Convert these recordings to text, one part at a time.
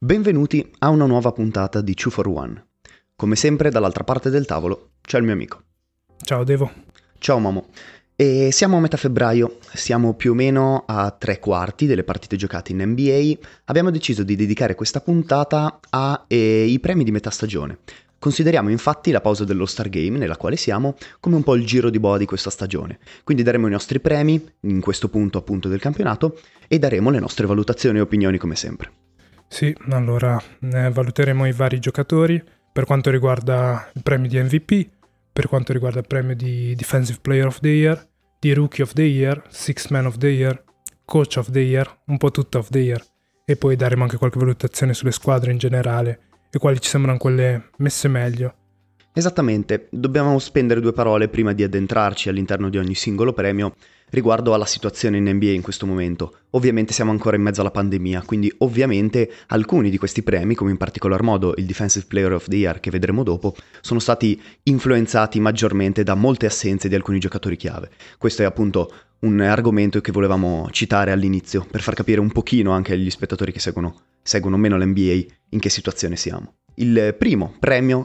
Benvenuti a una nuova puntata di 2 for 1. Come sempre, dall'altra parte del tavolo c'è il mio amico. Ciao Devo. Ciao Momo. E siamo a metà febbraio, siamo più o meno a 3/4 delle partite giocate in NBA. Abbiamo deciso di dedicare questa puntata ai premi di metà stagione. Consideriamo infatti la pausa dell'All-Star Game, nella quale siamo, come un po' il giro di boa di questa stagione. Quindi daremo i nostri premi, in questo punto appunto del campionato, e daremo le nostre valutazioni e opinioni come sempre. Sì, allora valuteremo i vari giocatori per quanto riguarda il premio di MVP, per quanto riguarda il premio di Defensive Player of the Year, di Rookie of the Year, Sixth Man of the Year, Coach of the Year, un po' tutto of the Year, e poi daremo anche qualche valutazione sulle squadre in generale e quali ci sembrano quelle messe meglio. Esattamente, dobbiamo spendere 2 parole prima di addentrarci all'interno di ogni singolo premio riguardo alla situazione in NBA in questo momento. Ovviamente siamo ancora in mezzo alla pandemia, quindi ovviamente alcuni di questi premi, come in particolar modo il Defensive Player of the Year che vedremo dopo, sono stati influenzati maggiormente da molte assenze di alcuni giocatori chiave. Questo è appunto un argomento che volevamo citare all'inizio per far capire un pochino anche agli spettatori che seguono meno l'NBA in che situazione siamo. Il primo premio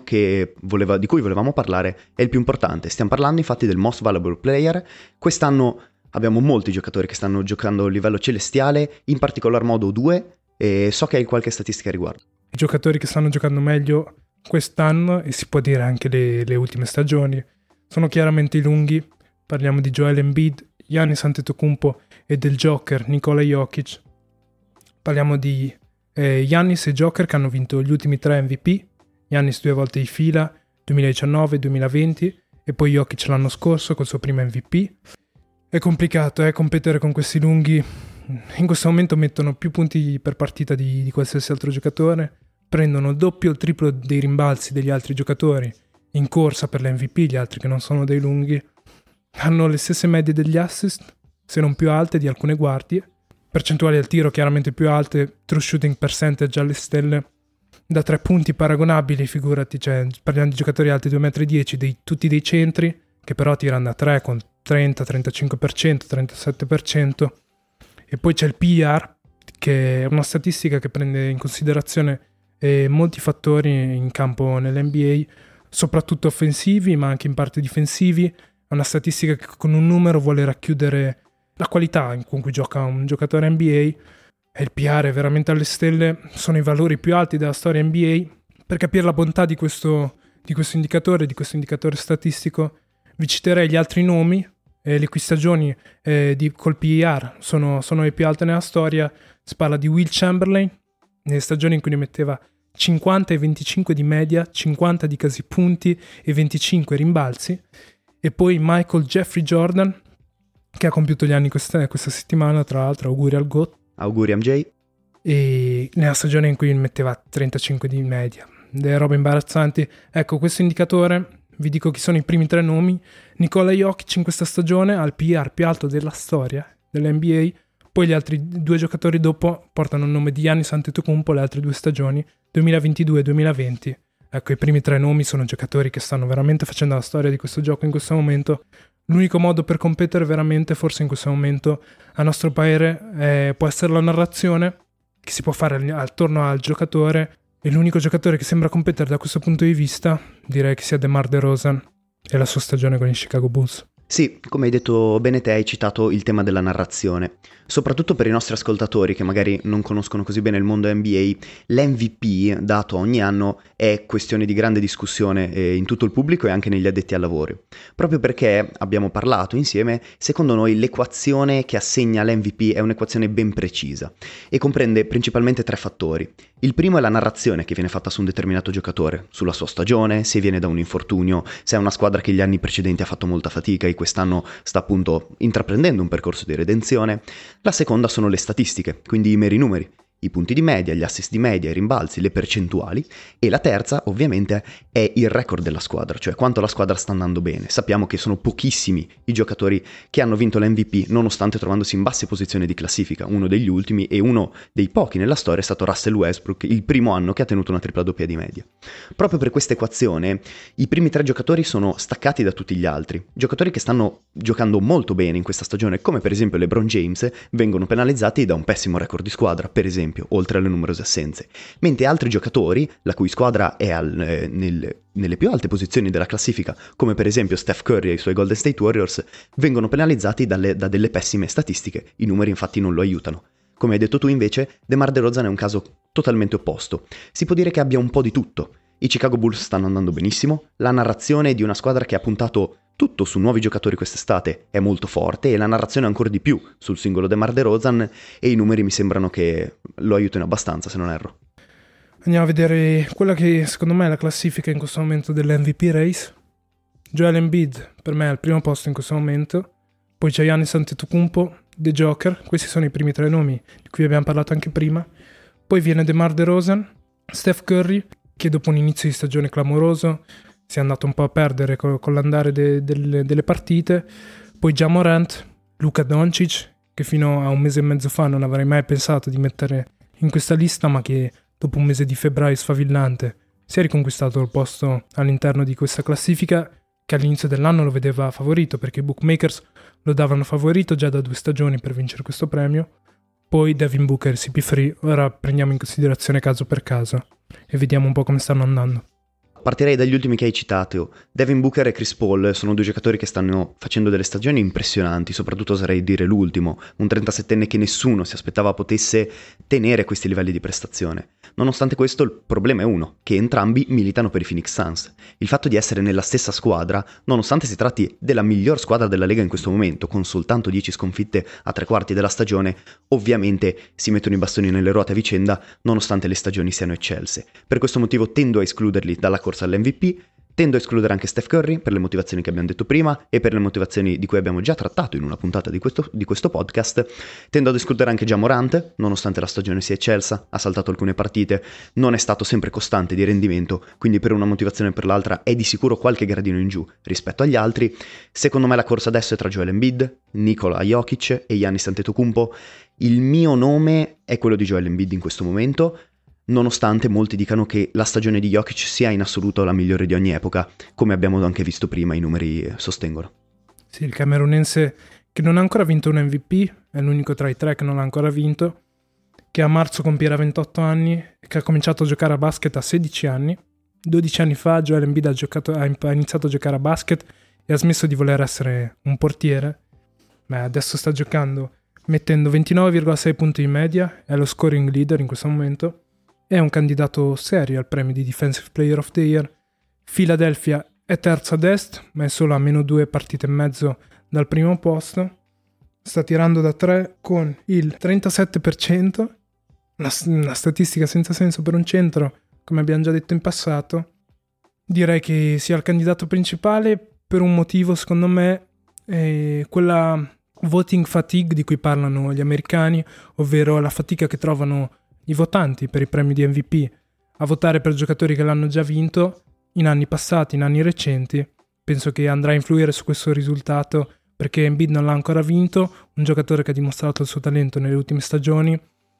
di cui volevamo parlare è il più importante. Stiamo parlando infatti del Most Valuable Player. Quest'anno abbiamo molti giocatori che stanno giocando a livello celestiale, in particolar modo 2, e so che hai qualche statistica a riguardo. I giocatori che stanno giocando meglio quest'anno, e si può dire anche le ultime stagioni, sono chiaramente i lunghi. Parliamo di Joel Embiid, Giannis Antetokounmpo e del Joker Nikola Jokic. Parliamo di Giannis e Joker che hanno vinto gli ultimi 3 MVP, Giannis 2 volte di fila, 2019, 2020 e poi Jokic l'anno scorso col suo primo MVP. È complicato competere con questi lunghi, in questo momento mettono più punti per partita di qualsiasi altro giocatore, prendono il doppio o il triplo dei rimbalzi degli altri giocatori in corsa per l'MVP, gli altri che non sono dei lunghi, hanno le stesse medie degli assist, se non più alte di alcune guardie, percentuali al tiro chiaramente più alte, true shooting percentage alle stelle, da 3 punti paragonabili, figurati, parliamo di giocatori alti 2,10 m, tutti dei centri, che però tirano da 3 con 30, 35%, 37%, e poi c'è il PER, che è una statistica che prende in considerazione molti fattori in campo nell'NBA, soprattutto offensivi, ma anche in parte difensivi. È una statistica che con un numero vuole racchiudere la qualità con cui gioca un giocatore NBA, e il PR è veramente alle stelle, sono i valori più alti della storia NBA. Per capire la bontà di questo indicatore statistico, vi citerei gli altri nomi. Le cui stagioni col PER sono le più alte nella storia. Si parla di Will Chamberlain, nelle stagioni in cui ne metteva 50 e 25 di media, 50 di casi punti e 25 rimbalzi, e poi Michael Jeffrey Jordan, che ha compiuto gli anni questa settimana, tra l'altro, auguri al GOAT. Auguri MJ. E nella stagione in cui metteva 35 di media. Delle robe imbarazzanti. Ecco, questo indicatore, vi dico chi sono i primi 3 nomi. Nikola Jokic in questa stagione ha il PR più alto della storia dell'NBA, poi gli altri 2 giocatori dopo portano il nome di Giannis Antetokounmpo le altre 2 stagioni, 2022 e 2020. Ecco, i primi 3 nomi sono giocatori che stanno veramente facendo la storia di questo gioco in questo momento. L'unico modo per competere veramente, forse in questo momento, a nostro parere, può essere la narrazione che si può fare attorno al giocatore, e l'unico giocatore che sembra competere da questo punto di vista direi che sia DeMar DeRozan e la sua stagione con i Chicago Bulls. Sì, come hai detto bene te, hai citato il tema della narrazione. Soprattutto per i nostri ascoltatori che magari non conoscono così bene il mondo NBA, l'MVP dato ogni anno è questione di grande discussione in tutto il pubblico e anche negli addetti al lavoro. Proprio perché abbiamo parlato insieme, secondo noi l'equazione che assegna l'MVP è un'equazione ben precisa e comprende principalmente 3 fattori. Il primo è la narrazione che viene fatta su un determinato giocatore, sulla sua stagione, se viene da un infortunio, se è una squadra che gli anni precedenti ha fatto molta fatica e quest'anno sta appunto intraprendendo un percorso di redenzione. La seconda sono le statistiche, quindi i meri numeri, i punti di media, gli assist di media, i rimbalzi, le percentuali, e la terza ovviamente è il record della squadra, cioè quanto la squadra sta andando bene. Sappiamo che sono pochissimi i giocatori che hanno vinto l'MVP nonostante trovandosi in basse posizioni di classifica. Uno degli ultimi e uno dei pochi nella storia è stato Russell Westbrook, il primo anno che ha tenuto una tripla doppia di media. Proprio per questa equazione i primi 3 giocatori sono staccati da tutti gli altri. Giocatori che stanno giocando molto bene in questa stagione, come per esempio LeBron James, vengono penalizzati da un pessimo record di squadra, per esempio. esempio, oltre alle numerose assenze. Mentre altri giocatori, la cui squadra è nelle più alte posizioni della classifica, come per esempio Steph Curry e i suoi Golden State Warriors, vengono penalizzati da delle pessime statistiche. I numeri infatti non lo aiutano. Come hai detto tu invece, DeMar DeRozan è un caso totalmente opposto. Si può dire che abbia un po' di tutto. I Chicago Bulls stanno andando benissimo, la narrazione di una squadra che ha puntato tutto su nuovi giocatori quest'estate è molto forte e la narrazione ancora di più sul singolo DeMar DeRozan, e i numeri mi sembrano che lo aiutino abbastanza, se non erro. Andiamo a vedere quella che secondo me è la classifica in questo momento dell'MVP race. Joel Embiid per me è al primo posto in questo momento, poi c'è Giannis Antetokounmpo, The Joker, questi sono i primi 3 nomi di cui abbiamo parlato anche prima. Poi viene DeMar DeRozan, Steph Curry, che dopo un inizio di stagione clamoroso si è andato un po' a perdere con l'andare delle partite. Poi Ja Morant, Luka Doncic, che fino a un mese e mezzo fa non avrei mai pensato di mettere in questa lista, ma che dopo un mese di febbraio sfavillante si è riconquistato il posto all'interno di questa classifica, che all'inizio dell'anno lo vedeva favorito, perché i bookmakers lo davano favorito già da 2 stagioni per vincere questo premio. Poi Devin Booker e CP3, ora prendiamo in considerazione caso per caso e vediamo un po' come stanno andando. Partirei dagli ultimi che hai citato. Devin Booker e Chris Paul sono 2 giocatori che stanno facendo delle stagioni impressionanti, soprattutto oserei dire l'ultimo, un 37enne che nessuno si aspettava potesse tenere questi livelli di prestazione. Nonostante questo il problema è uno, che entrambi militano per i Phoenix Suns. Il fatto di essere nella stessa squadra, nonostante si tratti della miglior squadra della Lega in questo momento, con soltanto 10 sconfitte a 3/4 della stagione, ovviamente si mettono i bastoni nelle ruote a vicenda, nonostante le stagioni siano eccelse. Per questo motivo tendo a escluderli dalla corsa all'MVP, tendo a escludere anche Steph Curry per le motivazioni che abbiamo detto prima e per le motivazioni di cui abbiamo già trattato in una puntata di questo podcast. Tendo ad escludere anche Ja Morant, nonostante la stagione sia eccelsa, ha saltato alcune partite, non è stato sempre costante di rendimento, quindi per una motivazione o per l'altra è di sicuro qualche gradino in giù rispetto agli altri. Secondo me la corsa adesso è tra Joel Embiid, Nikola Jokic e Giannis Antetokounmpo. Il mio nome è quello di Joel Embiid in questo momento, nonostante molti dicano che la stagione di Jokic sia in assoluto la migliore di ogni epoca, come abbiamo anche visto prima, i numeri sostengono. Sì, il camerunense che non ha ancora vinto un MVP, è l'unico tra i 3 che non ha ancora vinto, che a marzo compierà 28 anni e che ha cominciato a giocare a basket a 16 anni. 12 anni fa Joel Embiid ha iniziato a giocare a basket e ha smesso di voler essere un portiere. Adesso sta giocando mettendo 29,6 punti in media, è lo scoring leader in questo momento. È un candidato serio al premio di Defensive Player of the Year. Philadelphia è terza ad est, ma è solo a meno 2 partite e mezzo dal primo posto. Sta tirando da 3 con il 37%, una statistica senza senso per un centro, come abbiamo già detto in passato. Direi che sia il candidato principale per un motivo, secondo me, quella voting fatigue di cui parlano gli americani, ovvero la fatica che trovano i votanti per i premi di MVP a votare per giocatori che l'hanno già vinto in anni passati, in anni recenti. Penso che andrà a influire su questo risultato, perché Embiid non l'ha ancora vinto, un giocatore che ha dimostrato il suo talento nelle ultime stagioni,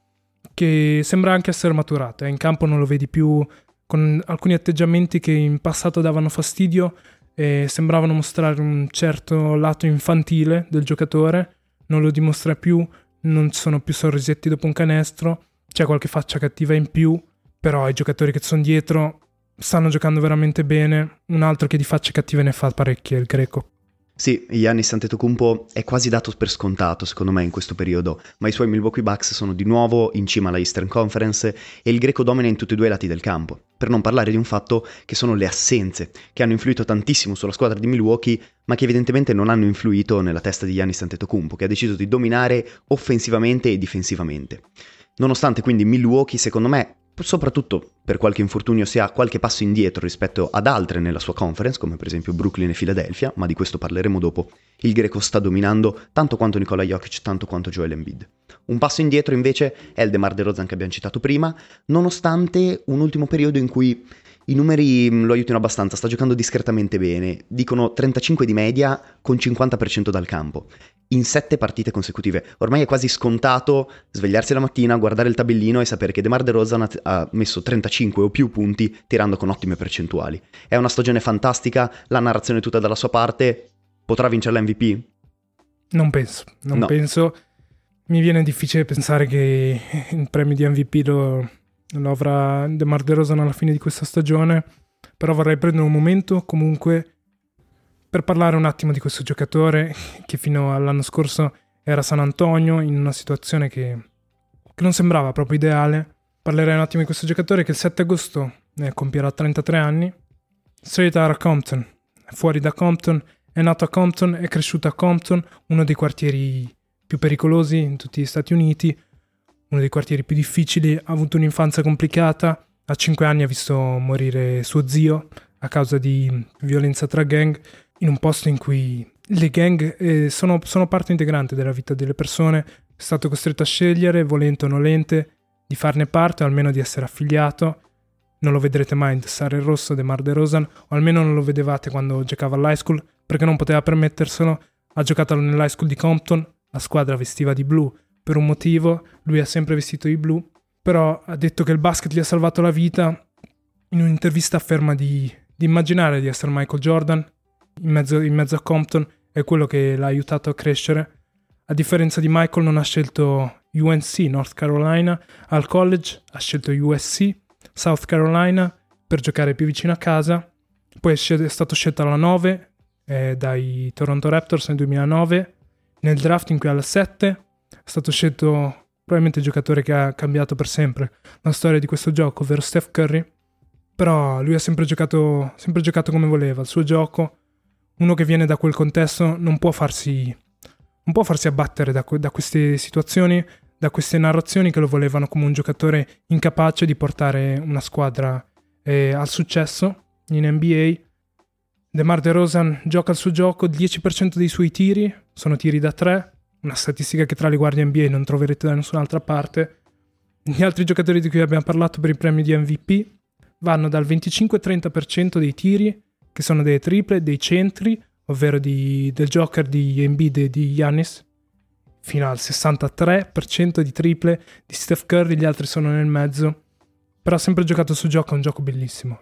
che sembra anche essere maturato, in campo non lo vedi più con alcuni atteggiamenti che in passato davano fastidio e sembravano mostrare un certo lato infantile del giocatore, non lo dimostra più, non ci sono più sorrisetti dopo un canestro, c'è qualche faccia cattiva in più, però i giocatori che sono dietro stanno giocando veramente bene. Un altro che di facce cattive ne fa parecchie è il greco. Sì, Giannis Antetokounmpo è quasi dato per scontato secondo me in questo periodo, ma i suoi Milwaukee Bucks sono di nuovo in cima alla Eastern Conference e il greco domina in tutti e 2 i lati del campo. Per non parlare di un fatto che sono le assenze, che hanno influito tantissimo sulla squadra di Milwaukee, ma che evidentemente non hanno influito nella testa di Giannis Antetokounmpo, che ha deciso di dominare offensivamente e difensivamente. Nonostante quindi Milwaukee, secondo me, soprattutto per qualche infortunio, sia qualche passo indietro rispetto ad altre nella sua conference, come per esempio Brooklyn e Philadelphia, ma di questo parleremo dopo, il greco sta dominando tanto quanto Nikola Jokic, tanto quanto Joel Embiid. Un passo indietro invece è il DeMar DeRozan che abbiamo citato prima, nonostante un ultimo periodo in cui i numeri lo aiutino abbastanza, sta giocando discretamente bene, dicono 35 di media con 50% dal campo, in 7 partite consecutive. Ormai è quasi scontato svegliarsi la mattina, guardare il tabellino e sapere che DeMar DeRozan ha messo 35 o più punti tirando con ottime percentuali. È una stagione fantastica, la narrazione è tutta dalla sua parte, potrà vincere l'MVP? Non penso. Mi viene difficile pensare che il premio di MVP lo avrà DeMar DeRozan alla fine di questa stagione, però vorrei prendere un momento comunque per parlare un attimo di questo giocatore che fino all'anno scorso era a San Antonio in una situazione che non sembrava proprio ideale. Parlerei un attimo di questo giocatore che il 7 agosto compierà 33 anni, straight out of Compton, fuori da Compton, è nato a Compton, è cresciuto a Compton, uno dei quartieri più pericolosi in tutti gli Stati Uniti, uno dei quartieri più difficili, ha avuto un'infanzia complicata, a 5 anni ha visto morire suo zio a causa di violenza tra gang, in un posto in cui le gang sono parte integrante della vita delle persone. È stato costretto a scegliere, volente o nolente, di farne parte o almeno di essere affiliato. Non lo vedrete mai indossare il rosso DeMar DeRozan, o almeno non lo vedevate quando giocava all'high school, perché non poteva permetterselo. Ha giocato nell'high school di Compton, la squadra vestiva di blu per un motivo, lui ha sempre vestito di blu, però ha detto che il basket gli ha salvato la vita. In un'intervista afferma di immaginare di essere Michael Jordan in mezzo a Compton, è quello che l'ha aiutato a crescere. A differenza di Michael non ha scelto UNC, North Carolina, al college ha scelto USC, South Carolina, per giocare più vicino a casa. Poi è stato scelto alla 9 dai Toronto Raptors nel 2009, nel draft in cui alla 7 è stato scelto probabilmente il giocatore che ha cambiato per sempre la storia di questo gioco, ovvero Steph Curry. Però lui ha sempre giocato come voleva, il suo gioco. Uno che viene da quel contesto non può farsi abbattere da queste situazioni, da queste narrazioni che lo volevano come un giocatore incapace di portare una squadra al successo in NBA. DeMar DeRozan gioca il suo gioco, 10% dei suoi tiri sono tiri da 3, una statistica che tra le guardie NBA non troverete da nessun'altra parte. Gli altri giocatori di cui abbiamo parlato per i premi di MVP vanno dal 25-30% dei tiri, che sono dei triple, dei centri, ovvero del Joker di Embiid e di Giannis, fino al 63% di triple di Steph Curry, gli altri sono nel mezzo. Però ha sempre giocato sul gioco, è un gioco bellissimo.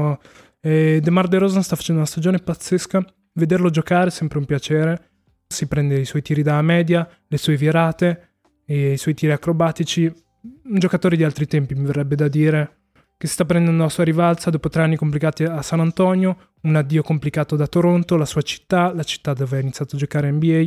DeMar DeRozan sta facendo una stagione pazzesca, vederlo giocare è sempre un piacere. Si prende i suoi tiri da media, le sue virate, e i suoi tiri acrobatici. Un giocatore di altri tempi, mi verrebbe da dire, che si sta prendendo la sua rivalsa dopo 3 anni complicati a San Antonio, un addio complicato da Toronto, la sua città, la città dove ha iniziato a giocare NBA,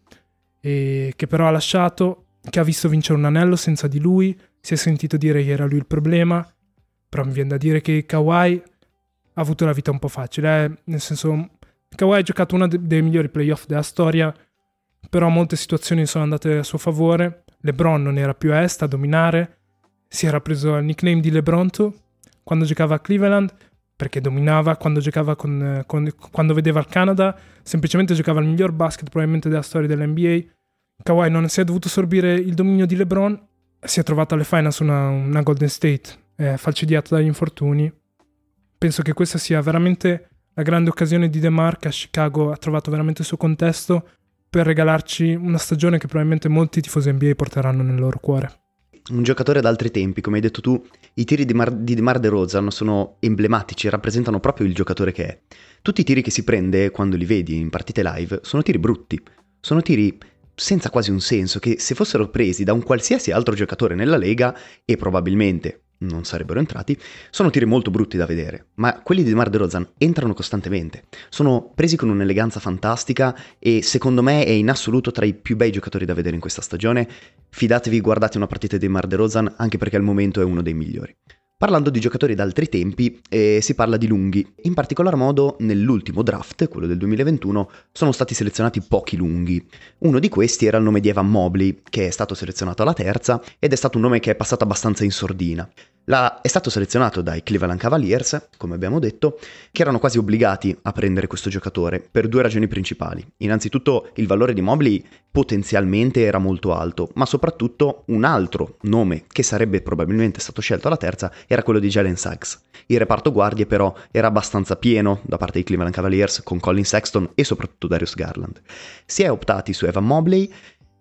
e che però ha lasciato, che ha visto vincere un anello senza di lui, si è sentito dire che era lui il problema, però mi viene da dire che Kawhi ha avuto la vita un po' facile, nel senso, Kawhi ha giocato uno dei migliori playoff della storia, però molte situazioni sono andate a suo favore. LeBron non era più a est a dominare, si era preso il nickname di LeBronto quando giocava a Cleveland, perché dominava. Quando giocava quando vedeva il Canada, semplicemente giocava il miglior basket probabilmente della storia dell'NBA. Kawhi non si è dovuto sorbire il dominio di LeBron, si è trovato alle finals una Golden State falcidiata dagli infortuni. Penso che questa sia veramente la grande occasione di DeMar, che a Chicago ha trovato veramente il suo contesto per regalarci una stagione che probabilmente molti tifosi NBA porteranno nel loro cuore. Un giocatore d'altri tempi, come hai detto tu, i tiri di DeMar DeRozan sono emblematici, rappresentano proprio il giocatore che è. Tutti i tiri che si prende quando li vedi in partite live sono tiri brutti, sono tiri senza quasi un senso, che se fossero presi da un qualsiasi altro giocatore nella Lega, e probabilmente non sarebbero entrati, sono tiri molto brutti da vedere, ma quelli di DeMar DeRozan entrano costantemente, sono presi con un'eleganza fantastica e secondo me è in assoluto tra i più bei giocatori da vedere in questa stagione. Fidatevi, guardate una partita di DeMar DeRozan, anche perché al momento è uno dei migliori. Parlando di giocatori d'altri tempi, si parla di lunghi. In particolar modo nell'ultimo draft, quello del 2021, sono stati selezionati pochi lunghi. Uno di questi era il nome di Evan Mobley, che è stato selezionato alla terza, ed è stato un nome che è passato abbastanza in sordina. È stato selezionato dai Cleveland Cavaliers, come abbiamo detto, che erano quasi obbligati a prendere questo giocatore per 2 ragioni principali. Innanzitutto il valore di Mobley potenzialmente era molto alto, ma soprattutto un altro nome che sarebbe probabilmente stato scelto alla terza era quello di Jalen Suggs. Il reparto guardie però era abbastanza pieno da parte dei Cleveland Cavaliers, con Colin Sexton e soprattutto Darius Garland. Si è optati su Evan Mobley.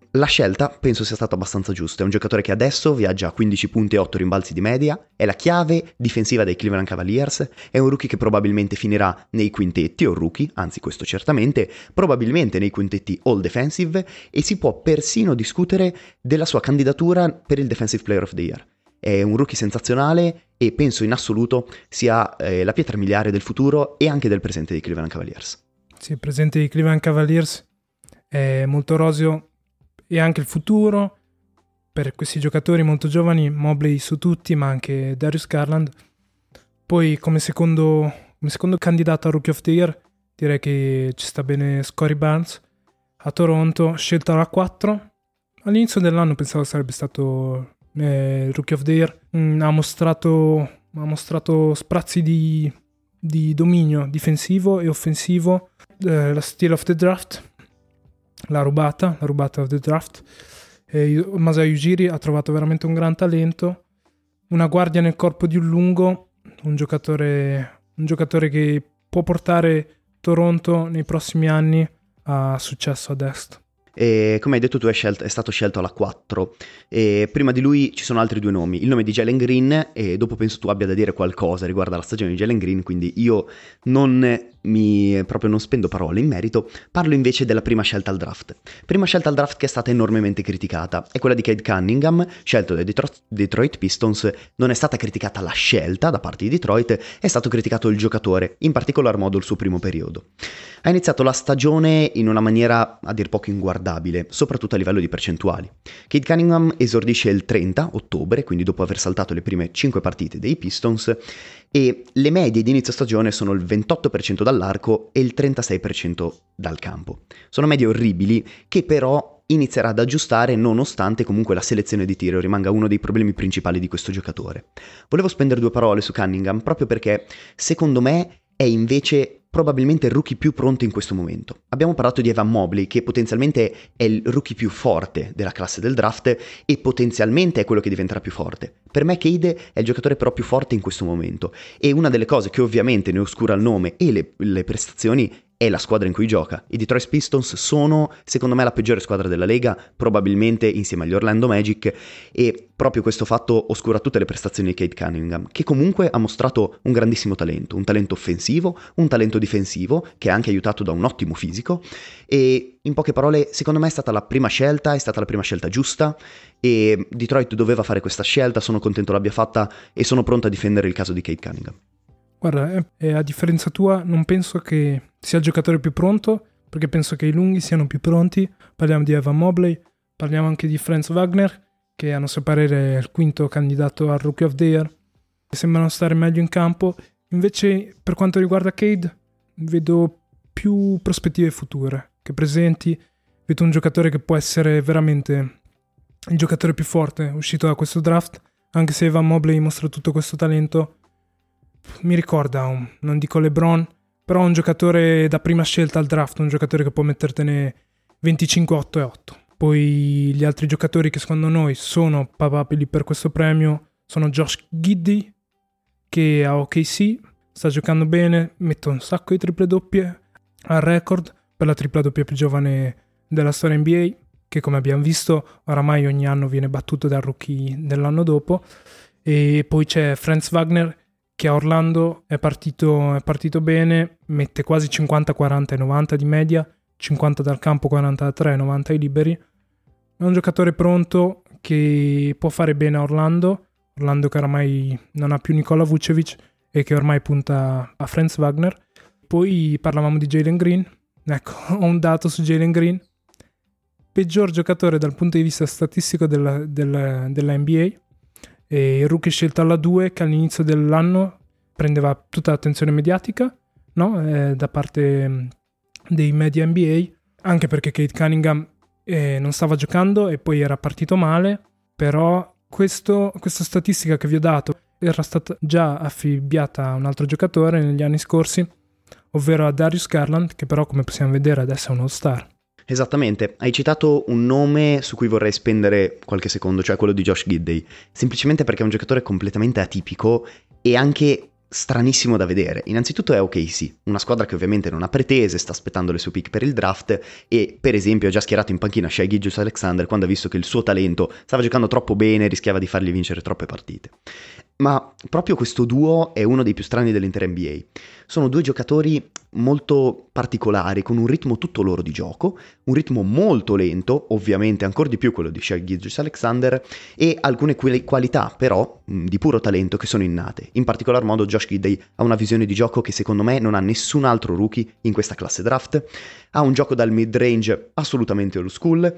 la scelta penso sia stata abbastanza giusta. È un giocatore che adesso viaggia a 15 punti e 8 rimbalzi di media, è la chiave difensiva dei Cleveland Cavaliers, è un rookie che probabilmente finirà nei quintetti, o rookie, anzi questo certamente, probabilmente nei quintetti All Defensive, e si può persino discutere della sua candidatura per il Defensive Player of the Year. È un rookie sensazionale e penso in assoluto sia la pietra miliare del futuro e anche del presente dei Cleveland Cavaliers. Sì, il presente dei Cleveland Cavaliers è molto roseo e anche il futuro per questi giocatori molto giovani, Mobley su tutti, ma anche Darius Garland. Poi come secondo candidato a Rookie of the Year direi che ci sta bene Scottie Barnes a Toronto, scelta alla 4. All'inizio dell'anno pensavo sarebbe stato Rookie of the Year. Ha mostrato sprazzi di dominio difensivo e offensivo, la steal of the draft, la rubata of the draft. Masai Ujiri ha trovato veramente un gran talento, una guardia nel corpo di un lungo, un giocatore che può portare Toronto nei prossimi anni a successo ad est. E come hai detto tu è stato scelto alla 4 e prima di lui ci sono altri due nomi, il nome di Jalen Green, e dopo penso tu abbia da dire qualcosa riguardo alla stagione di Jalen Green, quindi io non spendo parole in merito, parlo invece della prima scelta al draft che è stata enormemente criticata, è quella di Cade Cunningham, scelto dai Detroit Pistons. Non è stata criticata la scelta da parte di Detroit, è stato criticato il giocatore, in particolar modo il suo primo periodo. Ha iniziato la stagione in una maniera a dir poco inguardabile, soprattutto a livello di percentuali. Cade Cunningham esordisce il 30 ottobre, quindi dopo aver saltato le prime 5 partite dei Pistons, e le medie di inizio stagione sono il 28% dall'arco e il 36% dal campo. Sono medie orribili che però inizierà ad aggiustare nonostante comunque la selezione di tiro rimanga uno dei problemi principali di questo giocatore. Volevo spendere 2 parole su Cunningham proprio perché secondo me è invece probabilmente il rookie più pronto in questo momento. Abbiamo parlato di Evan Mobley, che potenzialmente è il rookie più forte della classe del draft e potenzialmente è quello che diventerà più forte. Per me Cade è il giocatore però più forte in questo momento, e una delle cose che ovviamente ne oscura il nome e le prestazioni è la squadra in cui gioca. I Detroit Pistons sono, secondo me, la peggiore squadra della Lega, probabilmente insieme agli Orlando Magic, e proprio questo fatto oscura tutte le prestazioni di Cade Cunningham, che comunque ha mostrato un grandissimo talento, un talento offensivo, un talento difensivo, che è anche aiutato da un ottimo fisico, e in poche parole, secondo me è stata la prima scelta giusta, e Detroit doveva fare questa scelta, sono contento l'abbia fatta e sono pronto a difendere il caso di Cade Cunningham. Guarda, a differenza tua non penso che sia il giocatore più pronto, perché penso che i lunghi siano più pronti. Parliamo di Evan Mobley, parliamo anche di Franz Wagner, che a nostro parere è il quinto candidato al Rookie of the Year, sembrano stare meglio in campo. Invece per quanto riguarda Cade vedo più prospettive future che presenti, vedo un giocatore che può essere veramente il giocatore più forte uscito da questo draft, anche se Evan Mobley mostra tutto questo talento. Mi ricorda, non dico LeBron, però un giocatore da prima scelta al draft, un giocatore che può mettertene 25, 8 e 8. Poi gli altri giocatori che secondo noi sono papabili per questo premio sono Josh Giddey, che a OKC sta giocando bene, mette un sacco di triple doppie, al record per la tripla doppia più giovane della storia NBA, che come abbiamo visto oramai ogni anno viene battuto dal rookie dell'anno dopo. E poi c'è Franz Wagner, che a Orlando è partito bene, mette quasi 50, 40 e 90 di media, 50 dal campo, 40 da 3, 90 ai liberi. È un giocatore pronto che può fare bene a Orlando che oramai non ha più Nikola Vucevic e che ormai punta a Franz Wagner. Poi parlavamo di Jalen Green. Ecco, ho un dato su Jalen Green. Peggior giocatore dal punto di vista statistico della NBA. E il rookie scelto alla 2, che all'inizio dell'anno prendeva tutta l'attenzione mediatica, no? Da parte dei media NBA, anche perché Cade Cunningham non stava giocando e poi era partito male, però questa statistica che vi ho dato era stata già affibbiata a un altro giocatore negli anni scorsi, ovvero a Darius Garland, che però come possiamo vedere adesso è un all-star. Esattamente, hai citato un nome su cui vorrei spendere qualche secondo, cioè quello di Josh Giddey, semplicemente perché è un giocatore completamente atipico e anche stranissimo da vedere. Innanzitutto è OKC, una squadra che ovviamente non ha pretese, sta aspettando le sue pick per il draft e per esempio ha già schierato in panchina Shai Gilgeous-Alexander quando ha visto che il suo talento stava giocando troppo bene e rischiava di fargli vincere troppe partite. Ma proprio questo duo è uno dei più strani dell'intera NBA. Sono due giocatori molto particolari, con un ritmo tutto loro di gioco, un ritmo molto lento, ovviamente ancora di più quello di Shai Gilgeous-Alexander, e alcune qualità però di puro talento che sono innate. In particolar modo Josh Giddey ha una visione di gioco che secondo me non ha nessun altro rookie in questa classe draft, ha un gioco dal mid-range assolutamente old school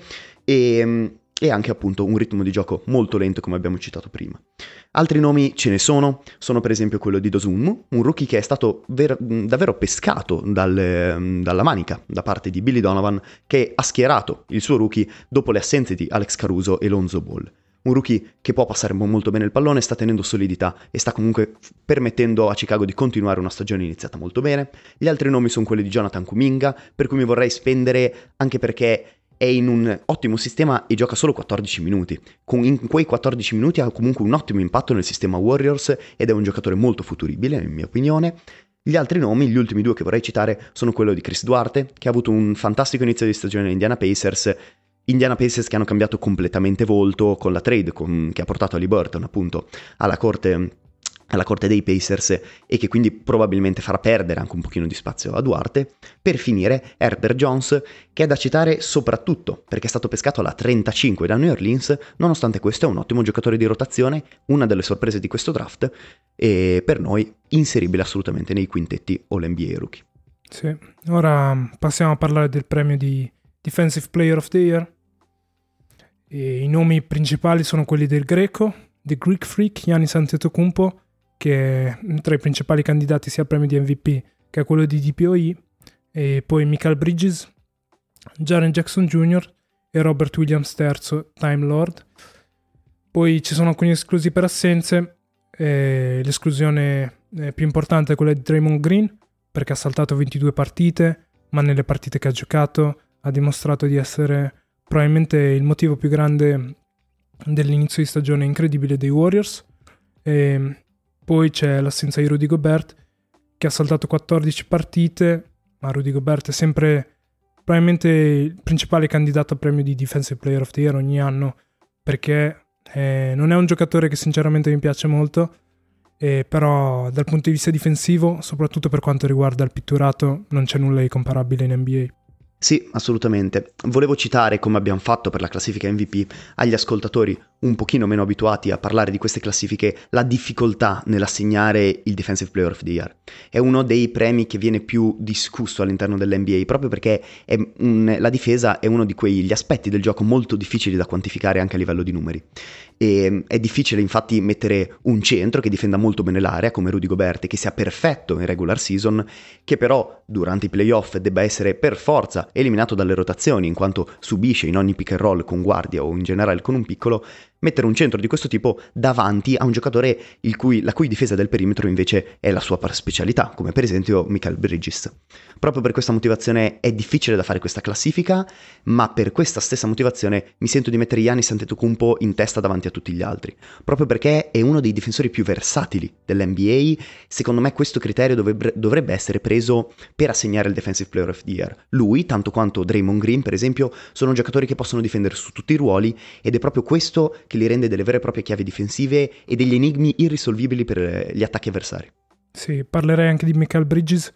e anche appunto un ritmo di gioco molto lento come abbiamo citato prima. Altri nomi ce ne sono per esempio quello di Dosunmu, un rookie che è stato davvero pescato dalla manica da parte di Billy Donovan, che ha schierato il suo rookie dopo le assenze di Alex Caruso e Lonzo Ball. Un rookie che può passare molto bene il pallone, sta tenendo solidità e sta comunque permettendo a Chicago di continuare una stagione iniziata molto bene. Gli altri nomi sono quelli di Jonathan Kuminga, per cui mi vorrei spendere anche perché è in un ottimo sistema e gioca solo 14 minuti. In quei 14 minuti ha comunque un ottimo impatto nel sistema Warriors ed è un giocatore molto futuribile, in mia opinione. Gli altri nomi, gli ultimi due che vorrei citare, sono quello di Chris Duarte, che ha avuto un fantastico inizio di stagione in Indiana Pacers che hanno cambiato completamente volto con la trade che ha portato Haliburton appunto alla corte dei Pacers e che quindi probabilmente farà perdere anche un pochino di spazio a Duarte. Per finire, Herbert Jones, che è da citare soprattutto perché è stato pescato alla 35 da New Orleans, nonostante questo è un ottimo giocatore di rotazione, una delle sorprese di questo draft e per noi inseribile assolutamente nei quintetti All-NBA Rookie. Sì, ora passiamo a parlare del premio di Defensive Player of the Year. E i nomi principali sono quelli del greco, The Greek Freak, Giannis Antetokounmpo, che è tra i principali candidati sia al premio di MVP che a quello di DPOI, e poi Mikal Bridges, Jaren Jackson Jr. e Robert Williams III, Time Lord. Poi ci sono alcuni esclusi per assenze, l'esclusione più importante è quella di Draymond Green, perché ha saltato 22 partite, ma nelle partite che ha giocato ha dimostrato di essere probabilmente il motivo più grande dell'inizio di stagione incredibile dei Warriors. E poi c'è l'assenza di Rudy Gobert, che ha saltato 14 partite, ma Rudy Gobert è sempre probabilmente il principale candidato al premio di Defensive Player of the Year ogni anno, perché non è un giocatore che sinceramente mi piace molto, però dal punto di vista difensivo, soprattutto per quanto riguarda il pitturato, non c'è nulla di comparabile in NBA. Sì, assolutamente. Volevo citare, come abbiamo fatto per la classifica MVP, agli ascoltatori un pochino meno abituati a parlare di queste classifiche, la difficoltà nell'assegnare il Defensive Player of the Year. È uno dei premi che viene più discusso all'interno dell'NBA, proprio perché la difesa è uno di quegli aspetti del gioco molto difficili da quantificare anche a livello di numeri. E è difficile infatti mettere un centro che difenda molto bene l'area come Rudy Gobert, che sia perfetto in regular season, che però durante i playoff debba essere per forza eliminato dalle rotazioni in quanto subisce in ogni pick and roll con guardia o in generale con un piccolo. Mettere un centro di questo tipo davanti a un giocatore la cui difesa del perimetro invece è la sua specialità, come per esempio Mikal Bridges. Proprio per questa motivazione è difficile da fare questa classifica, ma per questa stessa motivazione mi sento di mettere Giannis Antetokounmpo in testa davanti a tutti gli altri, proprio perché è uno dei difensori più versatili dell'NBA. Secondo me questo criterio dovrebbe essere preso per assegnare il Defensive Player of the Year. Lui, tanto quanto Draymond Green per esempio, sono giocatori che possono difendere su tutti i ruoli ed è proprio questo che li rende delle vere e proprie chiavi difensive e degli enigmi irrisolvibili per gli attacchi avversari. Sì, parlerei anche di Mikal Bridges,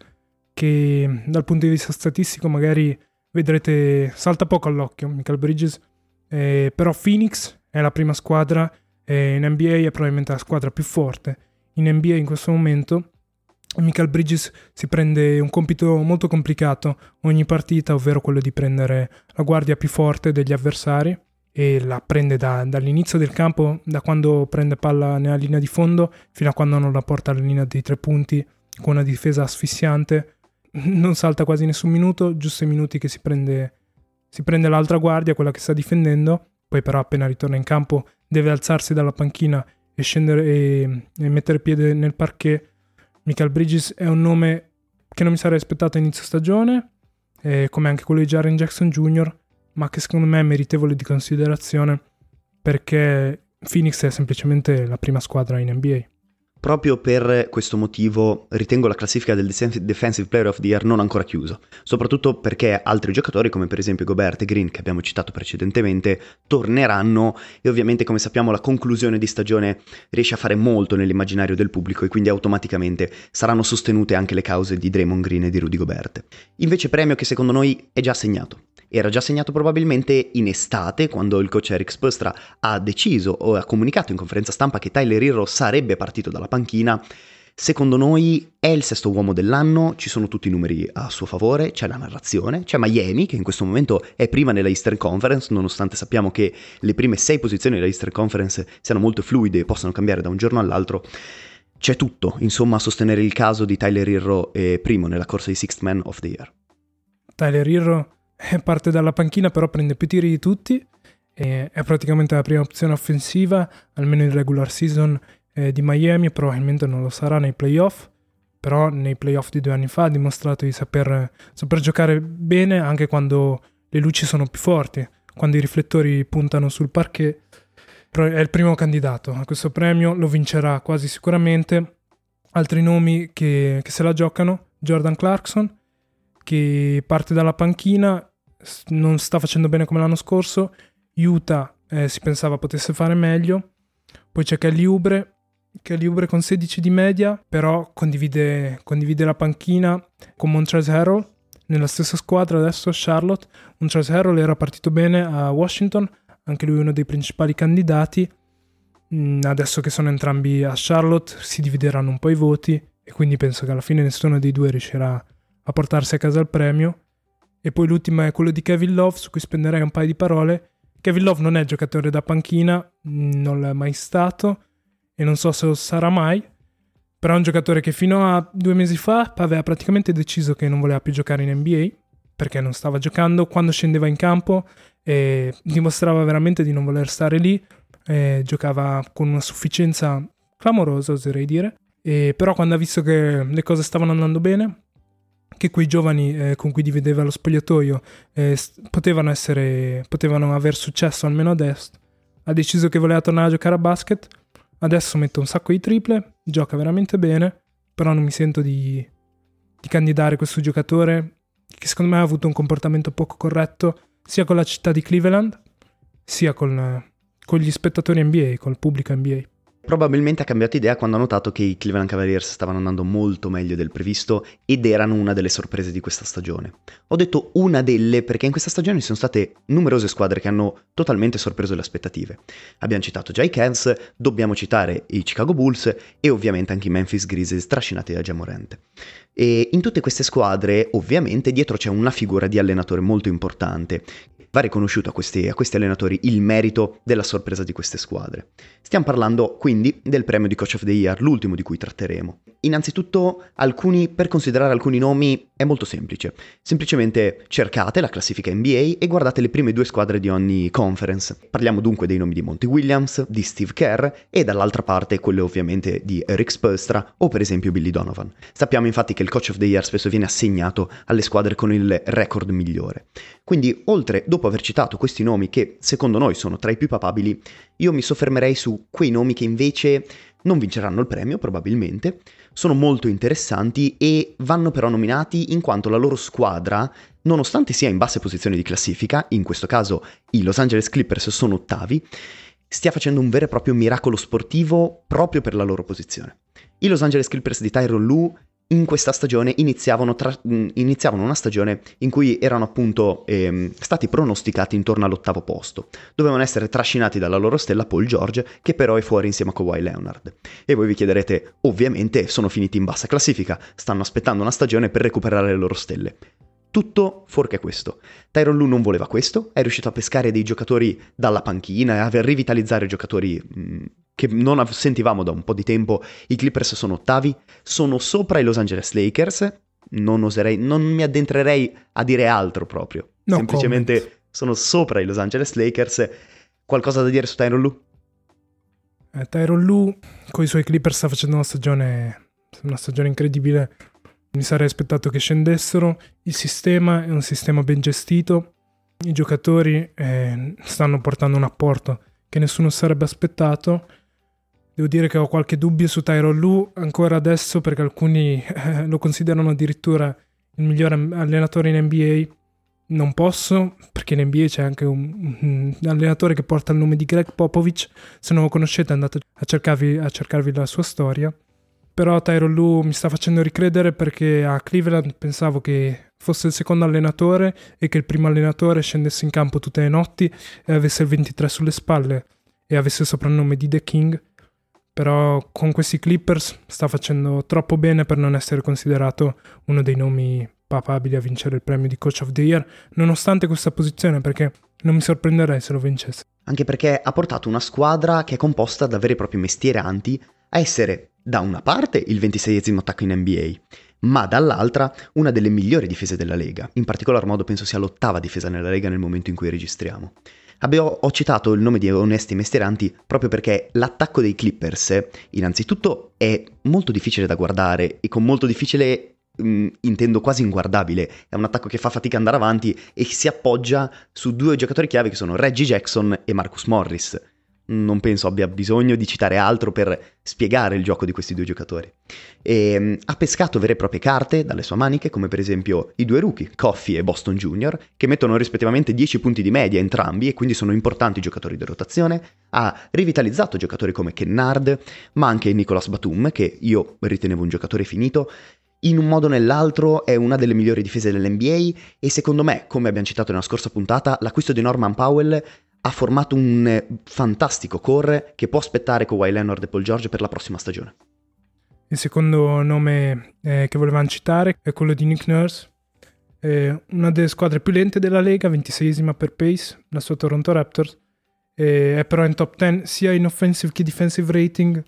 che dal punto di vista statistico magari vedrete salta poco all'occhio Mikal Bridges, però Phoenix è la prima squadra e in NBA è probabilmente la squadra più forte. In NBA in questo momento Mikal Bridges si prende un compito molto complicato ogni partita, ovvero quello di prendere la guardia più forte degli avversari, e la prende dall'inizio del campo, da quando prende palla nella linea di fondo fino a quando non la porta alla linea dei 3 punti, con una difesa asfissiante. Non salta quasi nessun minuto, giusto i minuti che si prende l'altra guardia, quella che sta difendendo. Poi però appena ritorna in campo deve alzarsi dalla panchina e scendere e mettere piede nel parquet. Mikal Bridges è un nome che non mi sarei aspettato a inizio stagione, come anche quello di Jaren Jackson Jr., ma che secondo me è meritevole di considerazione perché Phoenix è semplicemente la prima squadra in NBA. Proprio per questo motivo ritengo la classifica del Defensive Player of the Year non ancora chiusa, soprattutto perché altri giocatori come per esempio Gobert e Green, che abbiamo citato precedentemente, torneranno e ovviamente come sappiamo la conclusione di stagione riesce a fare molto nell'immaginario del pubblico e quindi automaticamente saranno sostenute anche le cause di Draymond Green e di Rudy Gobert. Invece premio che secondo noi è già assegnato. Era già segnato probabilmente in estate, quando il coach Erik Spoelstra ha deciso o ha comunicato in conferenza stampa che Tyler Herro sarebbe partito dalla panchina. Secondo noi è il sesto uomo dell'anno, ci sono tutti i numeri a suo favore, c'è la narrazione, c'è Miami che in questo momento è prima nella Eastern Conference, nonostante sappiamo che le prime 6 posizioni della Eastern Conference siano molto fluide e possono cambiare da un giorno all'altro. C'è tutto, insomma, a sostenere il caso di Tyler Herro primo nella corsa di Sixth Man of the Year. Tyler Herro parte dalla panchina, però prende più tiri di tutti, e è praticamente la prima opzione offensiva, almeno in regular season di Miami, probabilmente non lo sarà nei playoff, però nei playoff di 2 anni fa ha dimostrato di saper giocare bene anche quando le luci sono più forti, quando i riflettori puntano sul parquet. È il primo candidato a questo premio, lo vincerà quasi sicuramente. Altri nomi che se la giocano: Jordan Clarkson, che parte dalla panchina, non sta facendo bene come l'anno scorso. Utah si pensava potesse fare meglio. Poi c'è Kelly Oubre con 16 di media, però condivide la panchina con Montrezl Harrell nella stessa squadra adesso, Charlotte. Montrezl Harrell era partito bene a Washington, anche lui uno dei principali candidati. Adesso che sono entrambi a Charlotte si divideranno un po' i voti e quindi penso che alla fine nessuno dei due riuscirà a portarsi a casa il premio. E poi l'ultimo è quello di Kevin Love, su cui spenderei un paio di parole. Kevin Love non è giocatore da panchina, non l'è mai stato e non so se lo sarà mai, però è un giocatore che fino a 2 mesi fa aveva praticamente deciso che non voleva più giocare in NBA perché non stava giocando. Quando scendeva in campo dimostrava veramente di non voler stare lì, giocava con una sufficienza clamorosa, oserei dire, però quando ha visto che le cose stavano andando bene, che quei giovani con cui divideva lo spogliatoio potevano aver successo almeno ad est, ha deciso che voleva tornare a giocare a basket. Adesso mette un sacco di triple, gioca veramente bene, però non mi sento di candidare questo giocatore che secondo me ha avuto un comportamento poco corretto sia con la città di Cleveland sia con gli spettatori NBA, col pubblico NBA. Probabilmente ha cambiato idea quando ha notato che i Cleveland Cavaliers stavano andando molto meglio del previsto ed erano una delle sorprese di questa stagione. Ho detto una delle perché in questa stagione ci sono state numerose squadre che hanno totalmente sorpreso le aspettative. Abbiamo citato già i Cavs, dobbiamo citare i Chicago Bulls e ovviamente anche i Memphis Grizzlies trascinati da Ja Morant. E in tutte queste squadre ovviamente dietro c'è una figura di allenatore molto importante. Va riconosciuto a questi allenatori il merito della sorpresa di queste squadre. Stiamo parlando quindi del premio di Coach of the Year, l'ultimo di cui tratteremo. Innanzitutto, per considerare alcuni nomi è molto semplice. Semplicemente cercate la classifica NBA e guardate le prime 2 squadre di ogni conference. Parliamo dunque dei nomi di Monty Williams, di Steve Kerr e dall'altra parte quelle ovviamente di Erik Spoelstra o per esempio Billy Donovan. Sappiamo infatti che il Coach of the Year spesso viene assegnato alle squadre con il record migliore. Quindi, dopo aver citato questi nomi che secondo noi sono tra i più papabili, io mi soffermerei su quei nomi che invece non vinceranno il premio probabilmente, sono molto interessanti e vanno però nominati in quanto la loro squadra, nonostante sia in basse posizioni di classifica, in questo caso i Los Angeles Clippers sono ottavi, stia facendo un vero e proprio miracolo sportivo proprio per la loro posizione. I Los Angeles Clippers di Tyronn Lue in questa stagione iniziavano una stagione in cui erano appunto stati pronosticati intorno all'8° posto. Dovevano essere trascinati dalla loro stella Paul George, che però è fuori insieme a Kawhi Leonard. E voi vi chiederete, ovviamente sono finiti in bassa classifica, stanno aspettando una stagione per recuperare le loro stelle. Tutto fuorché questo. Tyronn Lue non voleva questo, è riuscito a pescare dei giocatori dalla panchina e a rivitalizzare giocatori che non sentivamo da un po' di tempo. I Clippers sono ottavi, sono sopra i Los Angeles Lakers, non mi addentrerei a dire altro proprio. No semplicemente comment. Sono sopra i Los Angeles Lakers. Qualcosa da dire su Tyronn Lue? Tyronn Lue con i suoi Clippers sta facendo una stagione incredibile. Mi sarei aspettato che scendessero. Il sistema è un sistema ben gestito, i giocatori stanno portando un apporto che nessuno sarebbe aspettato. Devo dire che ho qualche dubbio su Tyronn Lue ancora adesso, perché alcuni lo considerano addirittura il migliore allenatore in NBA. Non posso, perché in NBA c'è anche un allenatore che porta il nome di Greg Popovich. Se non lo conoscete andate a cercarvi la sua storia. Però Tyronn Lue mi sta facendo ricredere, perché a Cleveland pensavo che fosse il secondo allenatore e che il primo allenatore scendesse in campo tutte le notti e avesse il 23 sulle spalle e avesse il soprannome di The King. Però con questi Clippers sta facendo troppo bene per non essere considerato uno dei nomi papabili a vincere il premio di Coach of the Year, nonostante questa posizione, perché non mi sorprenderei se lo vincesse. Anche perché ha portato una squadra che è composta da veri e propri mestieranti a essere, da una parte, il 26esimo attacco in NBA, ma dall'altra una delle migliori difese della Lega. In particolar modo penso sia l'8ª difesa nella Lega nel momento in cui registriamo. Ho citato il nome di onesti mestieranti proprio perché l'attacco dei Clippers, innanzitutto, è molto difficile da guardare e con molto difficile intendo quasi inguardabile. È un attacco che fa fatica ad andare avanti e si appoggia su 2 giocatori chiave che sono Reggie Jackson e Marcus Morris. Non penso abbia bisogno di citare altro per spiegare il gioco di questi 2 giocatori. E ha pescato vere e proprie carte dalle sue maniche, come per esempio i 2 rookie, Coffey e Boston Jr., che mettono rispettivamente 10 punti di media entrambi e quindi sono importanti giocatori di rotazione. Ha rivitalizzato giocatori come Kennard, ma anche Nicolas Batum, che io ritenevo un giocatore finito. In un modo o nell'altro è una delle migliori difese dell'NBA e secondo me, come abbiamo citato nella scorsa puntata, l'acquisto di Norman Powell ha formato un fantastico core che può aspettare Kawhi Leonard e Paul George per la prossima stagione. Il secondo nome che volevamo citare è quello di Nick Nurse, una delle squadre più lente della Lega, 26esima per pace, la sua Toronto Raptors, è però in top 10 sia in offensive che defensive rating.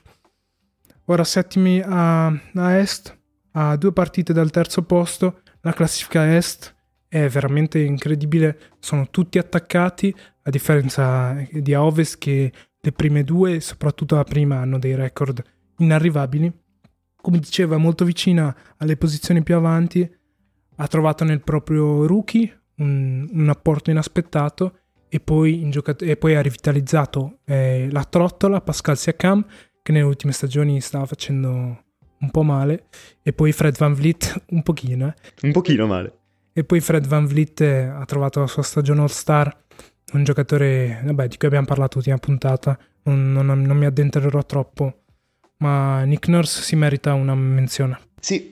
Ora settimi a Est, a 2 partite dal terzo posto. La classifica Est è veramente incredibile, sono tutti attaccati, a differenza di a Ovest, che le prime 2, soprattutto la prima, hanno dei record inarrivabili. Come dicevo, è molto vicina alle posizioni più avanti, ha trovato nel proprio rookie un apporto inaspettato e poi ha rivitalizzato la trottola Pascal Siakam, che nelle ultime stagioni stava facendo un po' male, e poi Fred VanVleet un pochino male. E poi Fred VanVleet ha trovato la sua stagione All-Star, un giocatore di cui abbiamo parlato l'ultima puntata, non mi addentrerò troppo, ma Nick Nurse si merita una menzione. Sì,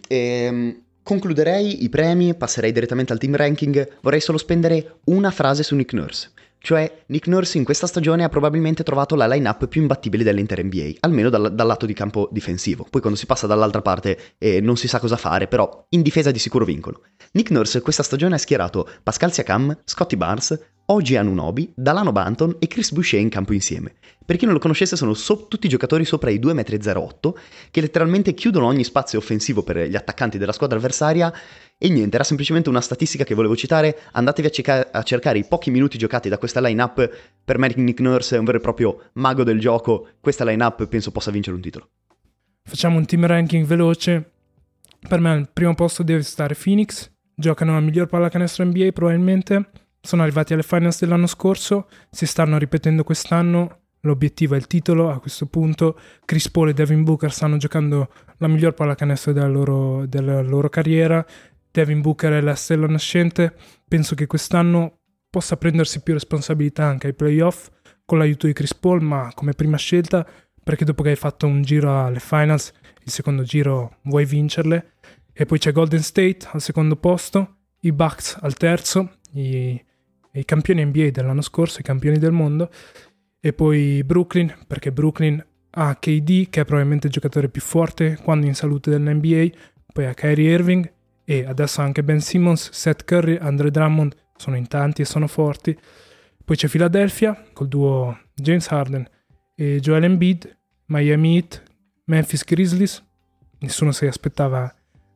concluderei i premi, passerei direttamente al team ranking. Vorrei solo spendere una frase su Nick Nurse. Cioè, Nick Nurse in questa stagione ha probabilmente trovato la line-up più imbattibile dell'intera NBA, almeno dal lato di campo difensivo. Poi quando si passa dall'altra parte non si sa cosa fare, però in difesa di sicuro vincono. Nick Nurse questa stagione ha schierato Pascal Siakam, Scottie Barnes, OG Anunoby, Dalano Banton e Chris Boucher in campo insieme. Per chi non lo conoscesse, sono tutti giocatori sopra i 2,08 m che letteralmente chiudono ogni spazio offensivo per gli attaccanti della squadra avversaria. E niente, era semplicemente una statistica che volevo citare. Andatevi a cercare i pochi minuti giocati da questa line-up. Per me Nick Nurse è un vero e proprio mago del gioco. Questa line-up penso possa vincere un titolo. Facciamo un team ranking veloce. Per me al primo posto deve stare Phoenix. Giocano la miglior pallacanestro NBA probabilmente. Sono arrivati alle finals dell'anno scorso. Si stanno ripetendo quest'anno. L'obiettivo è il titolo a questo punto. Chris Paul e Devin Booker stanno giocando la miglior pallacanestro della loro carriera. Devin Booker è la stella nascente. Penso che quest'anno possa prendersi più responsabilità anche ai playoff con l'aiuto di Chris Paul, ma come prima scelta, perché dopo che hai fatto un giro alle finals, il secondo giro vuoi vincerle. E poi c'è Golden State al secondo posto, i Bucks al terzo, i campioni NBA dell'anno scorso, i campioni del mondo, e poi Brooklyn, perché Brooklyn ha KD, che è probabilmente il giocatore più forte quando in salute dell'NBA, poi ha Kyrie Irving, e adesso anche Ben Simmons, Seth Curry, Andre Drummond, sono in tanti e sono forti. Poi c'è Philadelphia, col duo James Harden e Joel Embiid, Miami Heat, Memphis Grizzlies, nessuno si aspettava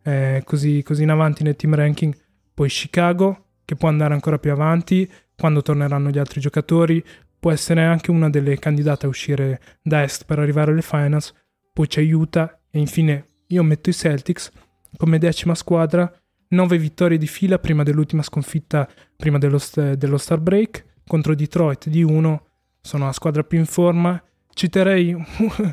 così in avanti nel team ranking. Poi Chicago, che può andare ancora più avanti quando torneranno gli altri giocatori, può essere anche una delle candidate a uscire da Est per arrivare alle finals. Poi c'è Utah e infine io metto i Celtics come 10ª squadra, 9 vittorie di fila prima dell'ultima sconfitta, prima dello Star Break, contro Detroit di 1, sono la squadra più in forma. Citerei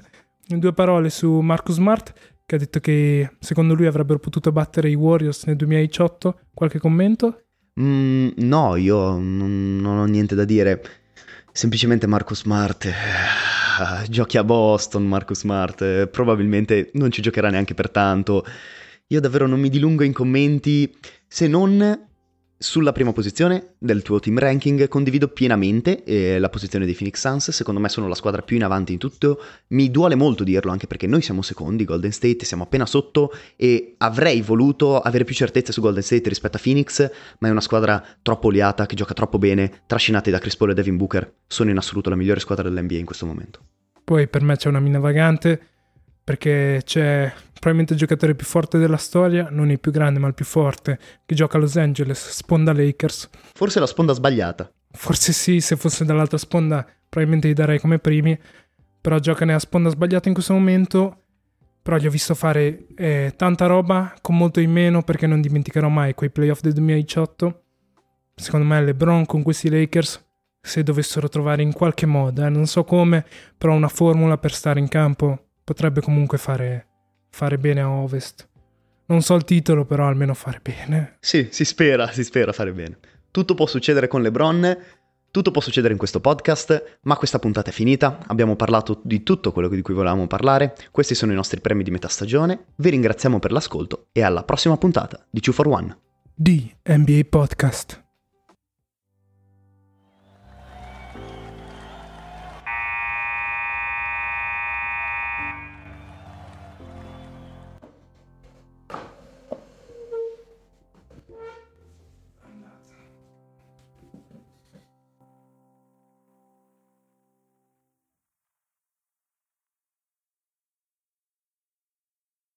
2 parole su Marcus Smart, che ha detto che secondo lui avrebbero potuto battere i Warriors nel 2018. Qualche commento? No, io non ho niente da dire. Semplicemente Marcus Smart, giochi a Boston, Marcus Smart, probabilmente non ci giocherà neanche per tanto. Io davvero non mi dilungo in commenti, se non sulla prima posizione del tuo team ranking. Condivido pienamente la posizione dei Phoenix Suns, secondo me sono la squadra più in avanti in tutto. Mi duole molto dirlo, anche perché noi siamo secondi, Golden State, siamo appena sotto, e avrei voluto avere più certezze su Golden State rispetto a Phoenix, ma è una squadra troppo oliata, che gioca troppo bene, trascinati da Chris Paul e Devin Booker. Sono in assoluto la migliore squadra dell'NBA in questo momento. Poi per me c'è una mina vagante, perché c'è probabilmente il giocatore più forte della storia, non il più grande ma il più forte, che gioca a Los Angeles, sponda Lakers. Forse la sponda sbagliata. Forse sì, se fosse dall'altra sponda probabilmente li darei come primi, però gioca nella sponda sbagliata in questo momento. Però gli ho visto fare tanta roba con molto in meno, perché non dimenticherò mai quei playoff del 2018. Secondo me LeBron con questi Lakers, se dovessero trovare in qualche modo, non so come, però una formula per stare in campo, potrebbe comunque fare bene a Ovest. Non so il titolo, però almeno fare bene. Sì, si spera fare bene. Tutto può succedere con LeBron, tutto può succedere in questo podcast, ma questa puntata è finita. Abbiamo parlato di tutto quello di cui volevamo parlare. Questi sono i nostri premi di metà stagione. Vi ringraziamo per l'ascolto e alla prossima puntata di 2 for 1. The NBA Podcast.